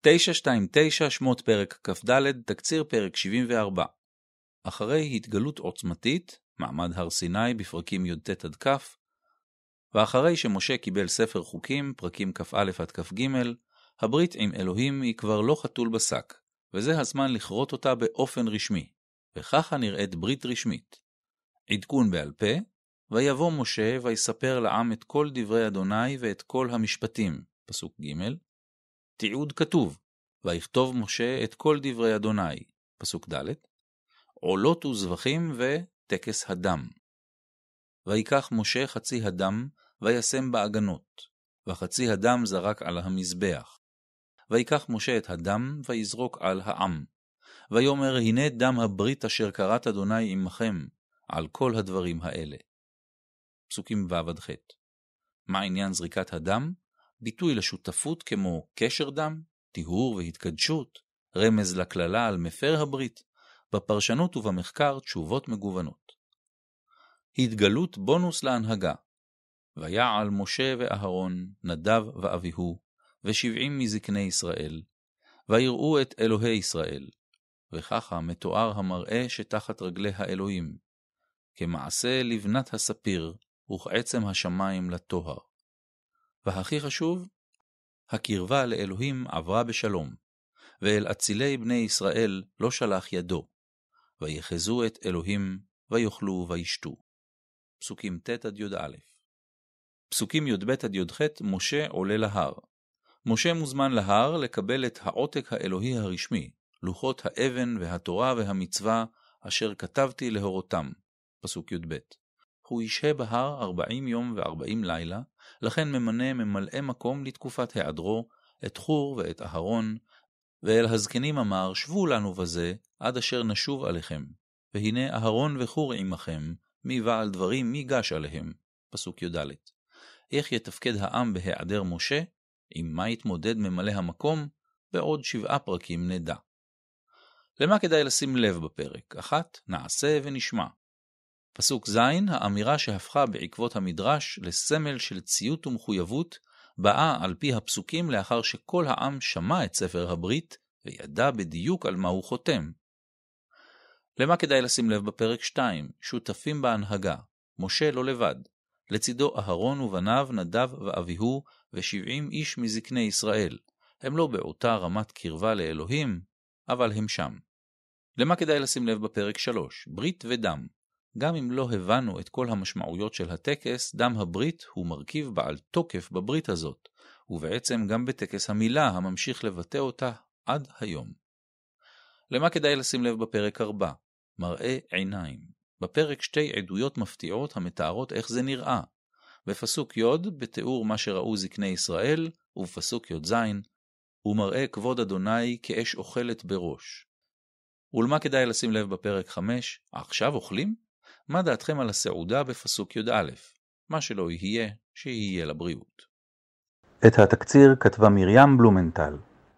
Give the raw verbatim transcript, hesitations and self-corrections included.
תשע שתיים תשע שמות פרק כ"ד, תקציר פרק שבעים וארבע. אחרי התגלות עוצמתית, מעמד הר סיני בפרקים י"ט עד כ', ואחרי שמשה קיבל ספר חוקים, פרקים כ"א עד כ"ג, הברית עם אלוהים היא כבר לא חתול בשק, וזה הזמן לכרות אותה באופן רשמי, וככה נראית ברית רשמית. עדכון בעל פה, ויבוא משה ויספר לעם את כל דברי אדוני ואת כל המשפטים, פסוק ג'. תיעוד כתוב, ויכתוב משה את כל דברי אדוני, פסוק ד'. עולות וזבחים וטקס הדם. ויקח משה חצי הדם וישם בעגנות, וחצי הדם זרק על המזבח. ויקח משה את הדם ויזרוק על העם. ויאמר, הנה דם הברית אשר כרת אדוני עמכם, על כל הדברים האלה. פסוקים ו' עד ח'. מה עניין זריקת הדם? ביטוי לשותפות כמו קשר דם, טיהור והתקדשות, רמז לכללה על מפר הברית, בפרשנות ובמחקר תשובות מגוונות. התגלות בונוס להנהגה. ויעל משה ואהרון, נדב ואביהו, ושבעים מזקני ישראל, ויראו את אלוהי ישראל, וככה מתואר המראה שתחת רגלי האלוהים, כמעשה לבנת הספיר, וכעצם השמיים לטוהר. והכי חשוב, הקרבה לאלוהים עברה בשלום, ואל אצילי בני ישראל לא שלח ידו, ויחזו את אלוהים, ויאכלו וישתו. פסוקים ט' עד י"א. פסוקים י"ב עד י"ח, משה עולה להר. משה מוזמן להר לקבל את העותק האלוהי הרשמי, לוחות האבן והתורה והמצווה, אשר כתבתי להורותם. פסוק י"ב. הוא ישהה בהר ארבעים יום וארבעים לילה, לכן ממנה ממלאי מקום לתקופת היעדרו, את חור ואת אהרון, ואל הזקנים אמר, שבו לנו בזה, עד אשר נשוב עליכם. והנה אהרון וחור עמכם, מי בעל דברים מי גש עליהם. פסוק י"ד. איך יתפקד העם בהיעדר משה? עם מה יתמודד ממלא המקום? בעוד שבעה פרקים נדע. למה כדאי לשים לב בפרק? אחת, נעשה ונשמע. פסוק זין, האמירה שהפכה בעקבות המדרש לסמל של ציות ומחויבות, באה על פי הפסוקים לאחר שכל העם שמע את ספר הברית, וידע בדיוק על מה הוא חותם. למה כדאי לשים לב בפרק שתיים? שותפים בהנהגה. משה לא לבד. לצידו אהרון ובניו, נדב ואביהו, ושבעים איש מזקני ישראל. הם לא באותה רמת קרבה לאלוהים, אבל הם שם. למה כדאי לשים לב בפרק שלוש? ברית ודם. גם אם לא הבנו את כל המשמעויות של הטקס, דם הברית הוא מרכיב בעל תוקף בברית הזאת, ובעצם גם בטקס המילה הממשיך לבטא אותה עד היום. למה כדאי לשים לב בפרק ארבע? מראה עיניים. בפרק שתי עדויות מפתיעות המתארות איך זה נראה. בפסוק י' בתיאור מה שראו זקני ישראל, ובפסוק י' ז' הוא מראה כבוד אדוני כאש אוכלת בראש. ולמה כדאי לשים לב בפרק חמש? עכשיו אוכלים? מה דעתכם על הסעודה בפסוק י"א? מה שלא יהיה, שיהיה לבריאות. את התקציר כתבה מרים בלומנטל.